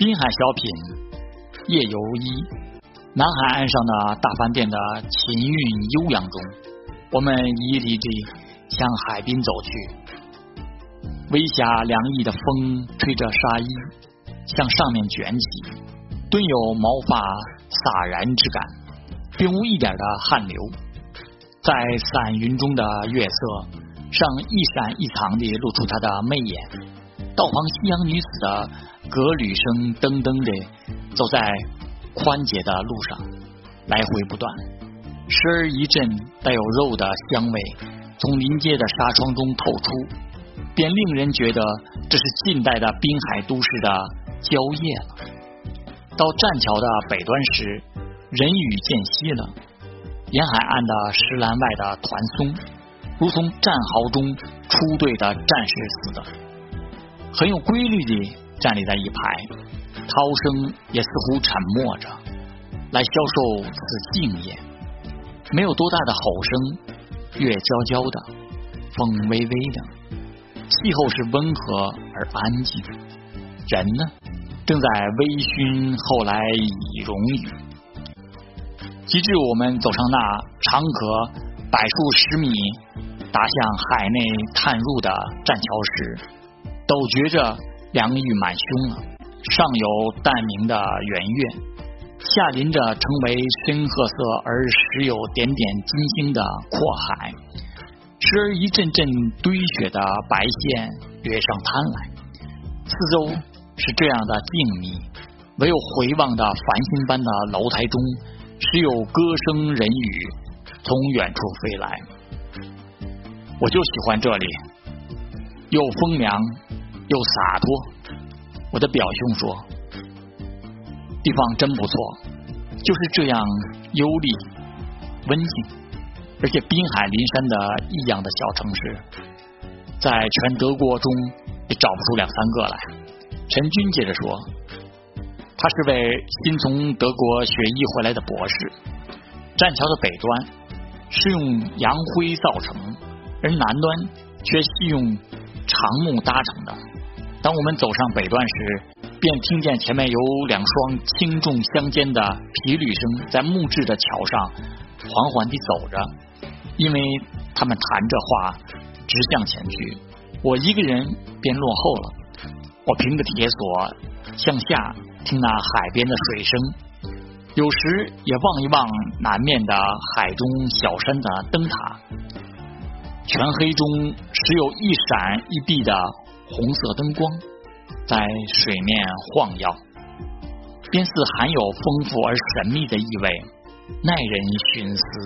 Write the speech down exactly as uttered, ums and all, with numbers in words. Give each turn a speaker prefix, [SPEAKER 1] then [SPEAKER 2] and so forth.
[SPEAKER 1] 滨海小品夜游一，南海岸上的大饭店的琴韵悠扬中，我们一立地向海滨走去。微霞凉意的风吹着纱衣向上面卷起，顿有毛发洒然之感，并无一点的汗流。在散云中的月色上一闪一藏地露出她的媚眼，道旁西洋女子的革履声噔噔地走在宽捷的路上，来回不断，时而一阵带有肉的香味从临街的纱窗中透出，便令人觉得这是近代的滨海都市的蕉叶了。到栈桥的北端时，人语渐稀了，沿海岸的石栏外的团松如同战壕中出队的战士似的，很有规律地站立在一排，涛声也似乎沉默着，来消受此静夜。没有多大的吼声，月悄悄的，风微微的，气候是温和而安静。人呢，正在微醺后来已溶雨。及至我们走上那长可百数十米达向海内探入的栈桥时，陡觉着凉意满胸了。上有淡明的圆月，下临着成为深褐色而时有点点金星的阔海，时而一阵阵堆雪的白线跃上滩来。四周是这样的静谧，唯有回望的繁星般的楼台中，时有歌声人语从远处飞来。我就喜欢这里，又风凉又洒脱。我的表兄说，地方真不错，就是这样幽丽温静，而且滨海临山的异样的小城市，在全德国中也找不出两三个来。陈军接着说，他是位新从德国学医回来的博士。栈桥的北端是用洋灰造成，而南端却是用长木搭成的。当我们走上北段时，便听见前面有两双轻重相间的皮履声在木质的桥上缓缓地走着，因为他们谈着话直向前去，我一个人便落后了。我凭着铁索向下听那海边的水声，有时也望一望南面的海中小山的灯塔，全黑中时有一闪一避的红色灯光在水面晃耀，便似含有丰富而神秘的意味，耐人寻思。